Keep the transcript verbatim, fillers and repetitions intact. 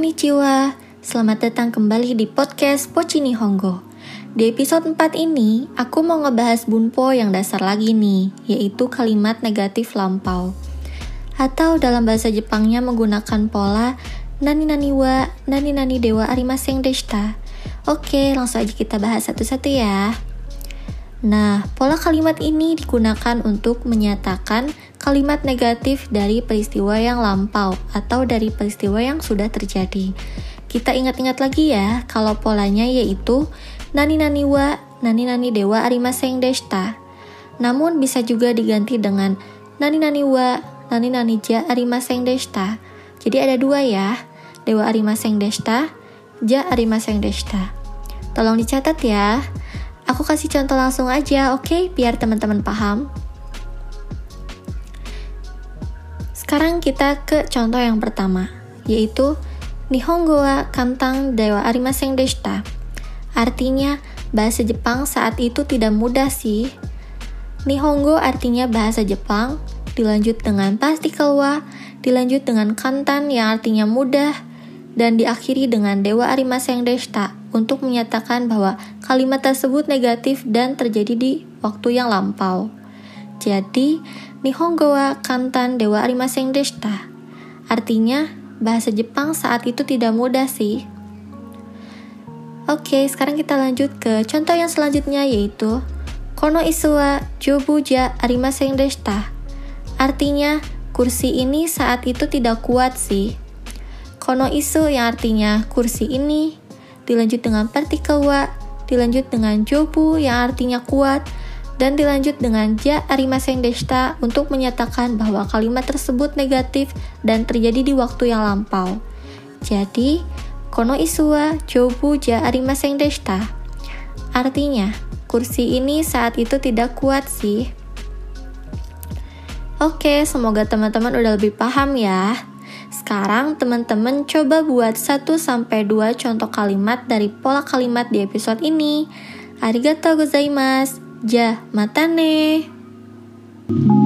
Konnichiwa, selamat datang kembali di podcast Pochi Nihongo. Di episode empat ini, aku mau ngebahas bunpo yang dasar lagi nih, yaitu kalimat negatif lampau. Atau dalam bahasa Jepangnya menggunakan pola nani nani wa, nani nani dewa arimasen deshita. Oke, langsung aja kita bahas satu-satu ya. Nah, pola kalimat ini digunakan untuk menyatakan kalimat negatif dari peristiwa yang lampau atau dari peristiwa yang sudah terjadi. Kita ingat-ingat lagi ya, kalau polanya yaitu nani nani wa, nani nani dewa arimasen deshita. Namun bisa juga diganti dengan nani nani wa, nani nani ja arimasen deshita. Jadi ada dua ya, dewa arimasen deshita, ja arimasen deshita. Tolong dicatat ya. Aku kasih contoh langsung aja, oke? Okay? Biar teman-teman paham. Sekarang kita ke contoh yang pertama, yaitu Nihongo wa kantang dewa arimasen deshita. Artinya, bahasa Jepang saat itu tidak mudah sih. Nihongo artinya bahasa Jepang, dilanjut dengan partikel wa, dilanjut dengan kantan yang artinya mudah, dan diakhiri dengan dewa arimasen deshita untuk menyatakan bahwa kalimat tersebut negatif dan terjadi di waktu yang lampau. Jadi, Nihongo wa kantan dewa arimasen deshita. Artinya, bahasa Jepang saat itu tidak mudah sih. Oke, sekarang kita lanjut ke contoh yang selanjutnya yaitu Kono isu wa jobu ja arimasen deshita. Artinya, kursi ini saat itu tidak kuat sih. Kono isu yang artinya kursi ini, dilanjut dengan partikel wa, dilanjut dengan jobu yang artinya kuat, dan dilanjut dengan ja arimasen deshita untuk menyatakan bahwa kalimat tersebut negatif dan terjadi di waktu yang lampau. Jadi, kono isu wa jobu ja arimasen deshita. Artinya, kursi ini saat itu tidak kuat sih. Oke, semoga teman-teman udah lebih paham ya. Sekarang teman-teman coba buat satu sampai dua contoh kalimat dari pola kalimat di episode ini. Arigatou gozaimasu. Ja, mata ne.